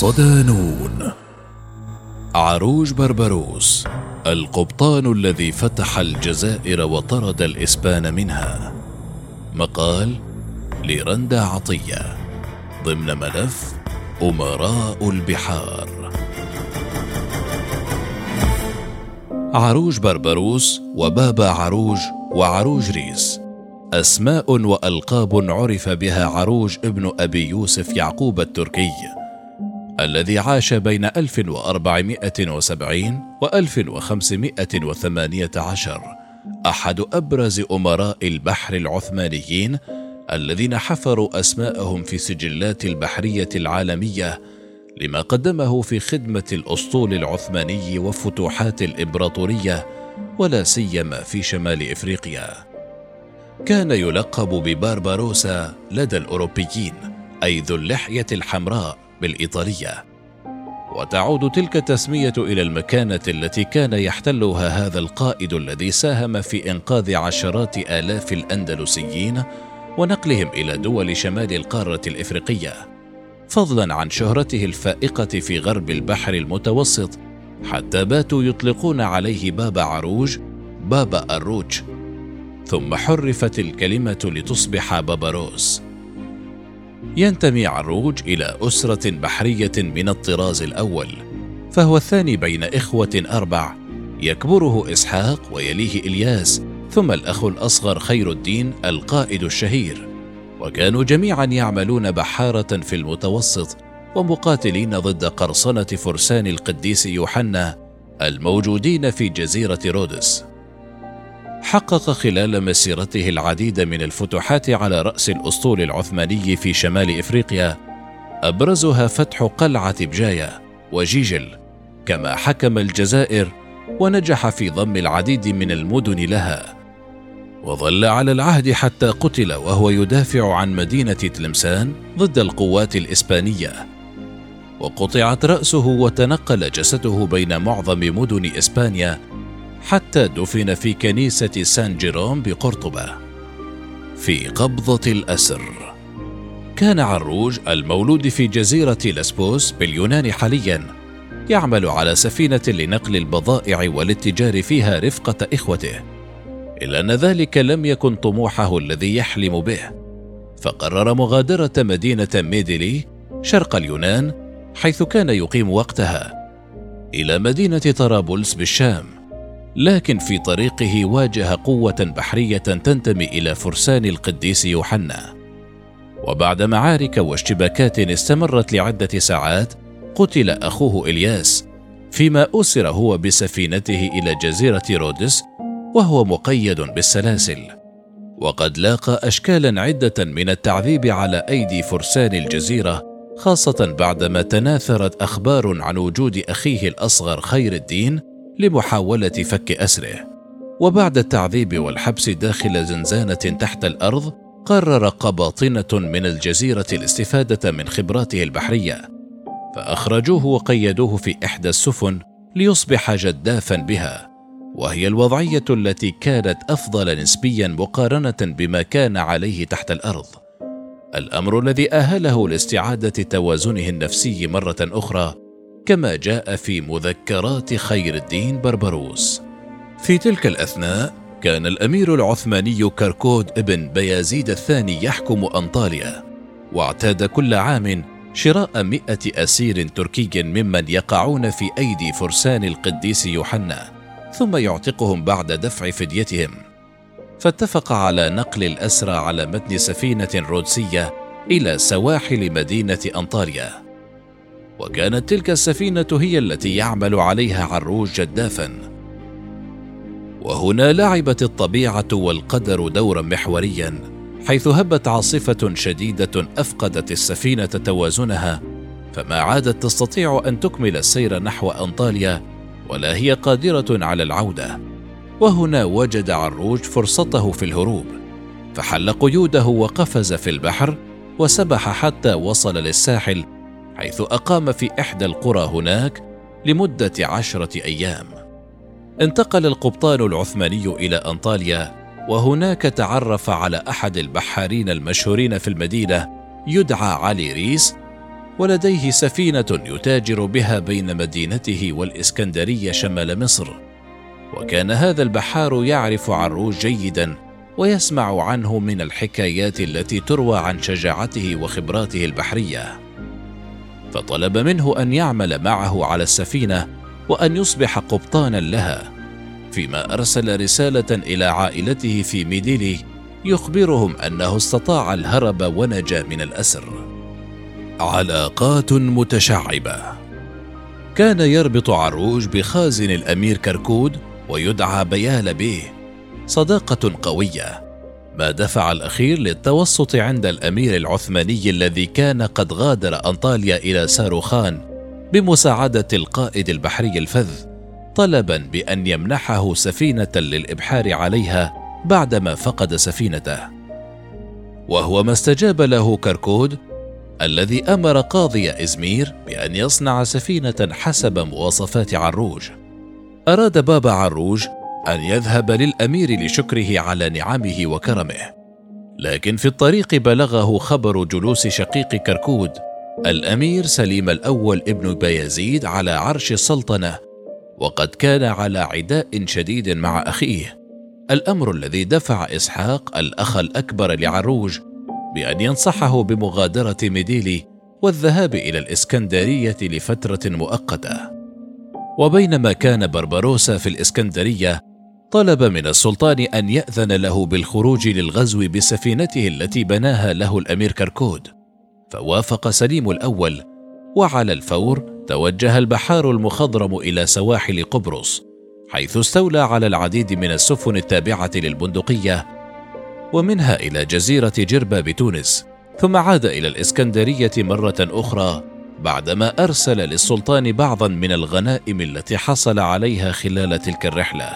صدانون. عروج بربروس، القبطان الذي فتح الجزائر وطرد الإسبان منها. مقال لرندا عطية ضمن ملف أمراء البحار. عروج بربروس وبابا عروج وعروج ريس أسماء وألقاب عرف بها عروج ابن أبي يوسف يعقوب التركي، الذي عاش بين 1470 و 1518، أحد أبرز أمراء البحر العثمانيين الذين حفروا أسماءهم في سجلات البحرية العالمية لما قدمه في خدمة الأسطول العثماني وفتوحات الإمبراطورية، ولا سيما في شمال إفريقيا. كان يلقب ببارباروسا لدى الأوروبيين، أي ذو اللحية الحمراء بالإيطالية، وتعود تلك التسمية إلى المكانة التي كان يحتلها هذا القائد الذي ساهم في إنقاذ عشرات آلاف الأندلسيين ونقلهم إلى دول شمال القارة الإفريقية، فضلا عن شهرته الفائقة في غرب البحر المتوسط، حتى باتوا يطلقون عليه بابا عروج، بابا الروج، ثم حرفت الكلمة لتصبح باباروس. ينتمي عروج إلى أسرة بحرية من الطراز الأول، فهو الثاني بين إخوة 4، يكبره إسحاق ويليه إلياس، ثم الأخ الأصغر خير الدين القائد الشهير. وكانوا جميعا يعملون بحارة في المتوسط ومقاتلين ضد قرصنة فرسان القديس يوحنا الموجودين في جزيرة رودس. حقق خلال مسيرته العديد من الفتوحات على رأس الأسطول العثماني في شمال إفريقيا، أبرزها فتح قلعة بجاية وجيجل، كما حكم الجزائر ونجح في ضم العديد من المدن لها، وظل على العهد حتى قتل وهو يدافع عن مدينة تلمسان ضد القوات الإسبانية، وقطعت رأسه وتنقل جسده بين معظم مدن إسبانيا حتى دفن في كنيسة سان جيروم بقرطبة في قبضة الأسر. كان عروج المولود في جزيرة لسبوس باليونان حاليا يعمل على سفينة لنقل البضائع والاتجار فيها رفقة إخوته، إلا أن ذلك لم يكن طموحه الذي يحلم به، فقرر مغادرة مدينة ميديلي شرق اليونان حيث كان يقيم وقتها إلى مدينة طرابلس بالشام. لكن في طريقه واجه قوة بحرية تنتمي إلى فرسان القديس يوحنا، وبعد معارك واشتباكات استمرت لعدة ساعات قتل أخوه إلياس، فيما أسر هو بسفينته إلى جزيرة رودس وهو مقيد بالسلاسل. وقد لاقى أشكالا عدة من التعذيب على أيدي فرسان الجزيرة، خاصة بعدما تناثرت أخبار عن وجود أخيه الأصغر خير الدين لمحاولة فك أسره. وبعد التعذيب والحبس داخل زنزانة تحت الأرض، قرر قباطنة من الجزيرة الاستفادة من خبراته البحرية، فأخرجوه وقيدوه في إحدى السفن ليصبح جدافا بها، وهي الوضعية التي كانت أفضل نسبيا مقارنة بما كان عليه تحت الأرض، الأمر الذي أهله لاستعادة توازنه النفسي مرة أخرى، كما جاء في مذكرات خير الدين بربروس. في تلك الأثناء كان الأمير العثماني كركود ابن بيازيد الثاني يحكم أنطاليا، واعتاد كل عام شراء 100 أسير تركي ممن يقعون في أيدي فرسان القديس يوحنا، ثم يعتقهم بعد دفع فديتهم. فاتفق على نقل الأسرى على متن سفينة رودسية إلى سواحل مدينة أنطاليا، وكانت تلك السفينة هي التي يعمل عليها عروج جدافا. وهنا لعبت الطبيعة والقدر دورا محوريا، حيث هبت عاصفة شديدة أفقدت السفينة توازنها، فما عادت تستطيع أن تكمل السير نحو أنطاليا ولا هي قادرة على العودة. وهنا وجد عروج فرصته في الهروب، فحل قيوده وقفز في البحر وسبح حتى وصل للساحل، حيث أقام في إحدى القرى هناك لمدة 10 أيام. انتقل القبطان العثماني إلى أنطاليا، وهناك تعرف على أحد البحارين المشهورين في المدينة يدعى علي ريس، ولديه سفينة يتاجر بها بين مدينته والإسكندرية شمال مصر. وكان هذا البحار يعرف عروج جيدا ويسمع عنه من الحكايات التي تروى عن شجاعته وخبراته البحرية، فطلب منه أن يعمل معه على السفينة وأن يصبح قبطانا لها، فيما أرسل رسالة إلى عائلته في ميديلي يخبرهم أنه استطاع الهرب ونجا من الأسر. علاقات متشعبة. كان يربط عروج بخازن الأمير كركود ويدعى بيال بيه، صداقة قوية، ما دفع الأخير للتوسط عند الأمير العثماني الذي كان قد غادر أنطاليا إلى ساروخان بمساعدة القائد البحري الفذ، طلبا بأن يمنحه سفينة للإبحار عليها بعدما فقد سفينته، وهو ما استجاب له كركود الذي أمر قاضي إزمير بأن يصنع سفينة حسب مواصفات عروج. أراد بابا عروج أن يذهب للأمير لشكره على نعمه وكرمه، لكن في الطريق بلغه خبر جلوس شقيق كركود الأمير سليم الأول ابن بايزيد على عرش السلطنة، وقد كان على عداء شديد مع أخيه، الأمر الذي دفع إسحاق الأخ الأكبر لعروج بأن ينصحه بمغادرة ميديلي والذهاب إلى الإسكندرية لفترة مؤقتة. وبينما كان بربروسا في الإسكندرية، طلب من السلطان أن يأذن له بالخروج للغزو بسفينته التي بناها له الأمير كركود، فوافق سليم الأول، وعلى الفور توجه البحار المخضرم إلى سواحل قبرص، حيث استولى على العديد من السفن التابعة للبندقية، ومنها إلى جزيرة جربة بتونس، ثم عاد إلى الإسكندرية مرة أخرى بعدما أرسل للسلطان بعضا من الغنائم التي حصل عليها خلال تلك الرحلة.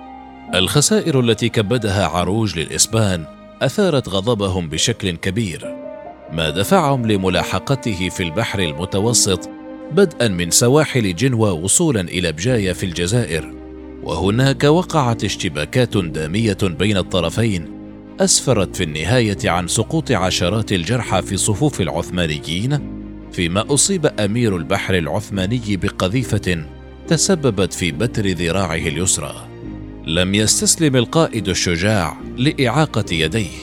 الخسائر التي كبدها عروج للإسبان أثارت غضبهم بشكل كبير، ما دفعهم لملاحقته في البحر المتوسط بدءا من سواحل جنوة وصولا إلى بجاية في الجزائر، وهناك وقعت اشتباكات دامية بين الطرفين أسفرت في النهاية عن سقوط عشرات الجرحى في صفوف العثمانيين، فيما أصيب أمير البحر العثماني بقذيفة تسببت في بتر ذراعه اليسرى. لم يستسلم القائد الشجاع لإعاقة يديه،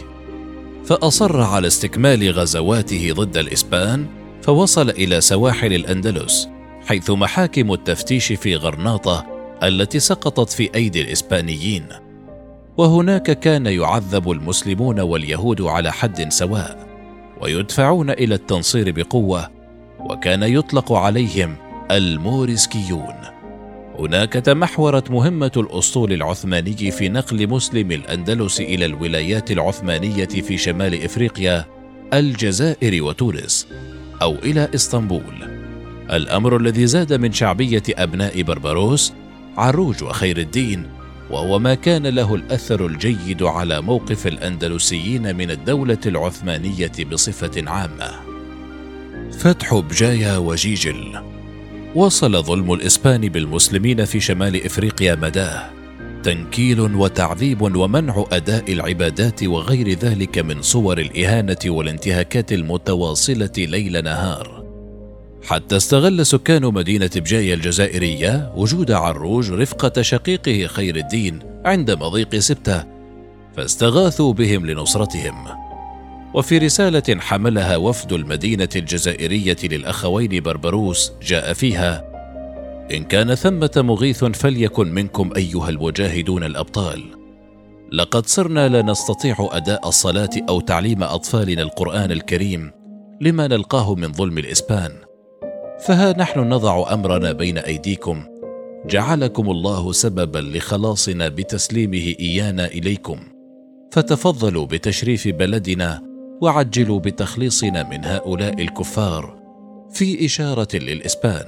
فأصر على استكمال غزواته ضد الإسبان، فوصل إلى سواحل الأندلس، حيث محاكم التفتيش في غرناطة التي سقطت في أيدي الإسبانيين، وهناك كان يعذب المسلمون واليهود على حد سواء ويدفعون إلى التنصير بقوة، وكان يطلق عليهم الموريسكيون. هناك تمحورت مهمة الأسطول العثماني في نقل مسلم الأندلس إلى الولايات العثمانية في شمال إفريقيا، الجزائر وتونس، أو إلى إسطنبول، الأمر الذي زاد من شعبية أبناء بربروس، عروج وخير الدين، وهو ما كان له الأثر الجيد على موقف الأندلسيين من الدولة العثمانية بصفة عامة. فتح بجاية وجيجل. وصل ظلم الإسبان بالمسلمين في شمال إفريقيا مداه، تنكيل وتعذيب ومنع أداء العبادات وغير ذلك من صور الإهانة والانتهاكات المتواصلة ليل نهار، حتى استغل سكان مدينة بجاية الجزائرية وجود عروج رفقة شقيقه خير الدين عند مضيق سبتة، فاستغاثوا بهم لنصرتهم. وفي رسالة حملها وفد المدينة الجزائرية للأخوين بربروس جاء فيها: إن كان ثمة مغيث فليكن منكم أيها المجاهدون الأبطال، لقد صرنا لا نستطيع أداء الصلاة أو تعليم أطفالنا القرآن الكريم لما نلقاه من ظلم الإسبان، فها نحن نضع أمرنا بين أيديكم، جعلكم الله سببا لخلاصنا بتسليمه إيانا إليكم، فتفضلوا بتشريف بلدنا وعجلوا بتخليصنا من هؤلاء الكفار، في إشارة للإسبان.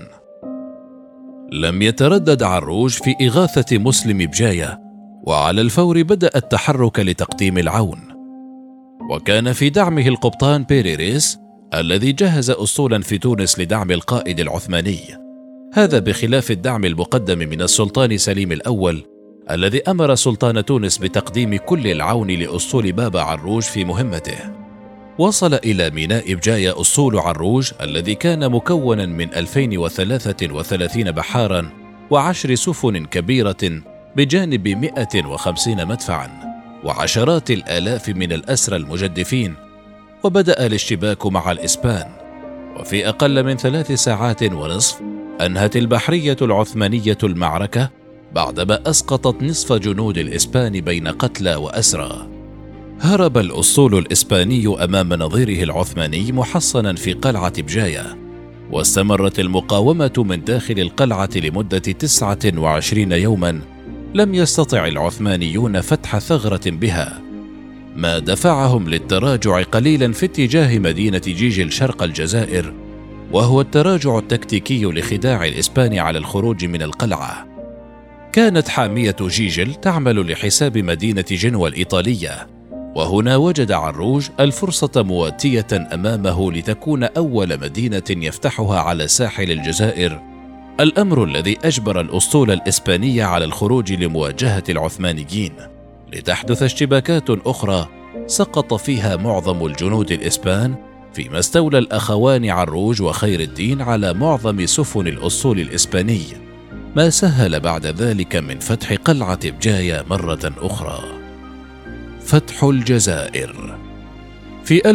لم يتردد عروج في إغاثة مسلم بجاية، وعلى الفور بدأ التحرك لتقديم العون، وكان في دعمه القبطان بيريريس الذي جهز أسطولا في تونس لدعم القائد العثماني، هذا بخلاف الدعم المقدم من السلطان سليم الأول الذي أمر سلطان تونس بتقديم كل العون لأسطول بابا عروج في مهمته. وصل إلى ميناء بجاية أسطول عروج الذي كان مكونا من 2033 بحارا و10 سفن كبيرة بجانب 150 مدفعا وعشرات الآلاف من الأسرى المجدفين. وبدأ الاشتباك مع الإسبان، وفي أقل من 3 ساعات ونصف أنهت البحرية العثمانية المعركة بعدما أسقطت نصف جنود الإسبان بين قتلى وأسرى. هرب الأسطول الإسباني أمام نظيره العثماني محصنا في قلعة بجاية، واستمرت المقاومة من داخل القلعة لمدة 29 يوما. لم يستطع العثمانيون فتح ثغرة بها، ما دفعهم للتراجع قليلا في اتجاه مدينة جيجل شرق الجزائر، وهو التراجع التكتيكي لخداع الإسبان على الخروج من القلعة. كانت حامية جيجل تعمل لحساب مدينة جنوة الإيطالية، وهنا وجد عروج الفرصة مواتية أمامه لتكون أول مدينة يفتحها على ساحل الجزائر، الأمر الذي أجبر الأسطول الإسباني على الخروج لمواجهة العثمانيين، لتحدث اشتباكات أخرى سقط فيها معظم الجنود الإسبان، فيما استولى الأخوان عروج وخير الدين على معظم سفن الأسطول الإسباني، ما سهل بعد ذلك من فتح قلعة بجاية مرة أخرى. فتح الجزائر. في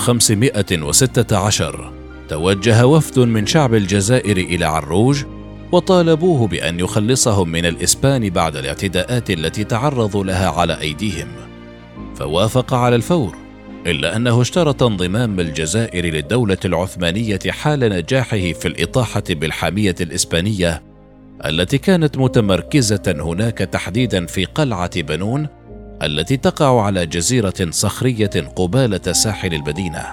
1516 توجه وفد من شعب الجزائر إلى عروج وطالبوه بأن يخلصهم من الإسبان بعد الاعتداءات التي تعرضوا لها على أيديهم، فوافق على الفور، إلا أنه اشترط انضمام الجزائر للدولة العثمانية حال نجاحه في الإطاحة بالحامية الإسبانية التي كانت متمركزة هناك، تحديدا في قلعة بنون التي تقع على جزيرة صخرية قبالة ساحل المدينة.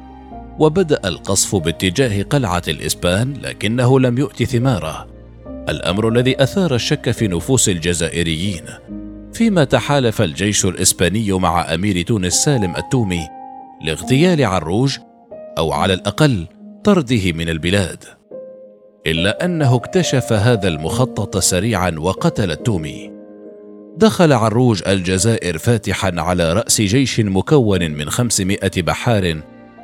وبدأ القصف باتجاه قلعة الإسبان، لكنه لم يؤت ثماره، الأمر الذي أثار الشك في نفوس الجزائريين، فيما تحالف الجيش الإسباني مع أمير تونس سالم التومي لاغتيال عروج، أو على الأقل طرده من البلاد، إلا أنه اكتشف هذا المخطط سريعا وقتل التومي. دخل عروج الجزائر فاتحا على رأس جيش مكون من 500 بحار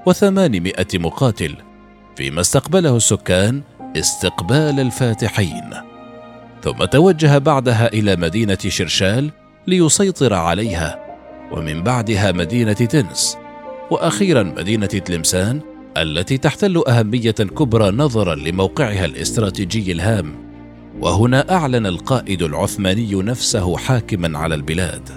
و800 مقاتل، فيما استقبله السكان استقبال الفاتحين، ثم توجه بعدها إلى مدينة شرشال ليسيطر عليها، ومن بعدها مدينة تنس، وأخيرا مدينة تلمسان التي تحتل أهمية كبرى نظرا لموقعها الاستراتيجي الهام. وهنا أعلن القائد العثماني نفسه حاكما على البلاد.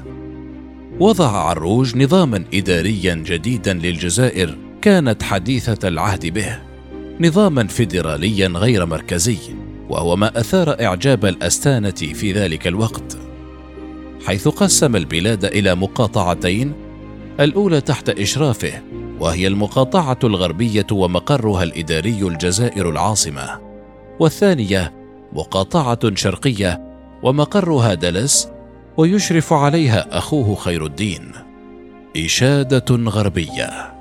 وضع عروج نظاما إداريا جديدا للجزائر كانت حديثة العهد به، نظاما فيدراليا غير مركزي، وهو ما أثار إعجاب الأستانة في ذلك الوقت، حيث قسم البلاد إلى مقاطعتين، الأولى تحت إشرافه وهي المقاطعة الغربية ومقرها الإداري الجزائر العاصمة، والثانية مقاطعة شرقية ومقرها دلس ويشرف عليها أخوه خير الدين. إشادة غربية.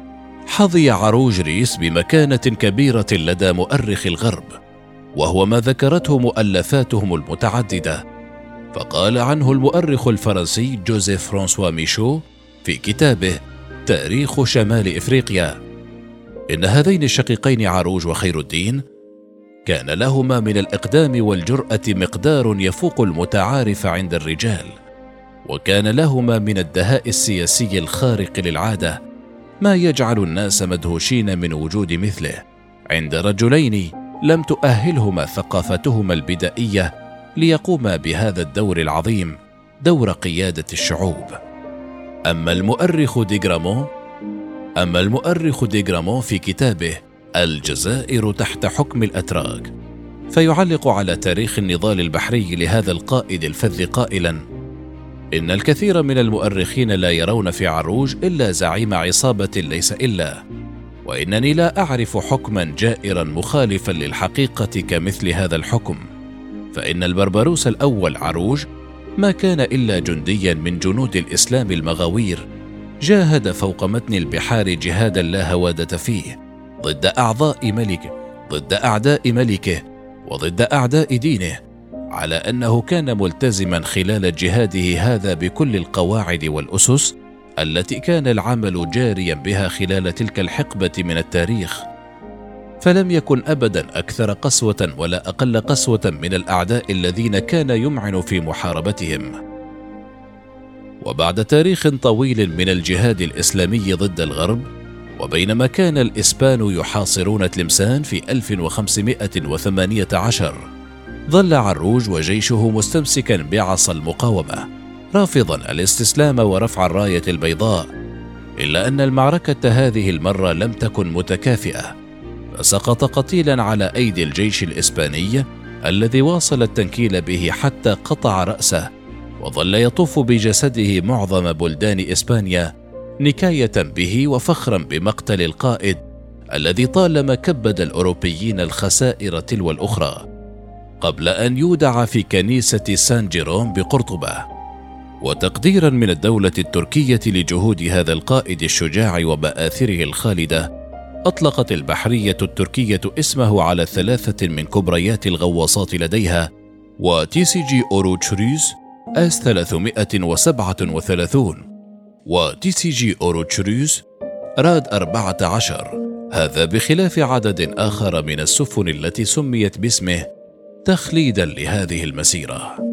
حظي عروج ريس بمكانة كبيرة لدى مؤرخ الغرب، وهو ما ذكرته مؤلفاتهم المتعددة، فقال عنه المؤرخ الفرنسي جوزيف فرانسوا ميشو في كتابه تاريخ شمال إفريقيا إن هذين الشقيقين عروج وخير الدين كان لهما من الإقدام والجرأة مقدار يفوق المتعارف عند الرجال، وكان لهما من الدهاء السياسي الخارق للعادة ما يجعل الناس مدهوشين من وجود مثله عند رجلين لم تؤهلهما ثقافتهما البدائية ليقوما بهذا الدور العظيم، دور قيادة الشعوب. أما المؤرخ ديغرامون في كتابه الجزائر تحت حكم الأتراك فيعلق على تاريخ النضال البحري لهذا القائد الفذ قائلا: إن الكثير من المؤرخين لا يرون في عروج إلا زعيم عصابة ليس إلا، وإنني لا أعرف حكما جائرا مخالفا للحقيقة كمثل هذا الحكم، فإن البربروس الأول عروج ما كان إلا جنديا من جنود الإسلام المغاوير، جاهد فوق متن البحار جهادا لا هوادة فيه ضد أعداء ملكه وضد أعداء دينه، على أنه كان ملتزما خلال جهاده هذا بكل القواعد والأسس التي كان العمل جاريا بها خلال تلك الحقبة من التاريخ، فلم يكن أبدا أكثر قسوة ولا أقل قسوة من الأعداء الذين كان يمعن في محاربتهم. وبعد تاريخ طويل من الجهاد الإسلامي ضد الغرب، وبينما كان الإسبان يحاصرون تلمسان في 1518، ظل عروج وجيشه مستمسكا بعصا المقاومة، رافضا الاستسلام ورفع الراية البيضاء، إلا أن المعركة هذه المرة لم تكن متكافئة، فسقط قتيلا على أيدي الجيش الإسباني الذي واصل التنكيل به حتى قطع رأسه، وظل يطوف بجسده معظم بلدان إسبانيا نكاية به وفخرا بمقتل القائد الذي طالما كبد الأوروبيين الخسائر تلو الأخرى، قبل أن يودع في كنيسة سان جيروم بقرطبة. وتقديرا من الدولة التركية لجهود هذا القائد الشجاع ومآثره الخالدة، أطلقت البحرية التركية اسمه على 3 من كبريات الغواصات لديها، وتيسيجي أوروتشريز آس 337 وتيسيجي أوروتشريز راد 14، هذا بخلاف عدد آخر من السفن التي سميت باسمه تخليدا لهذه المسيرة.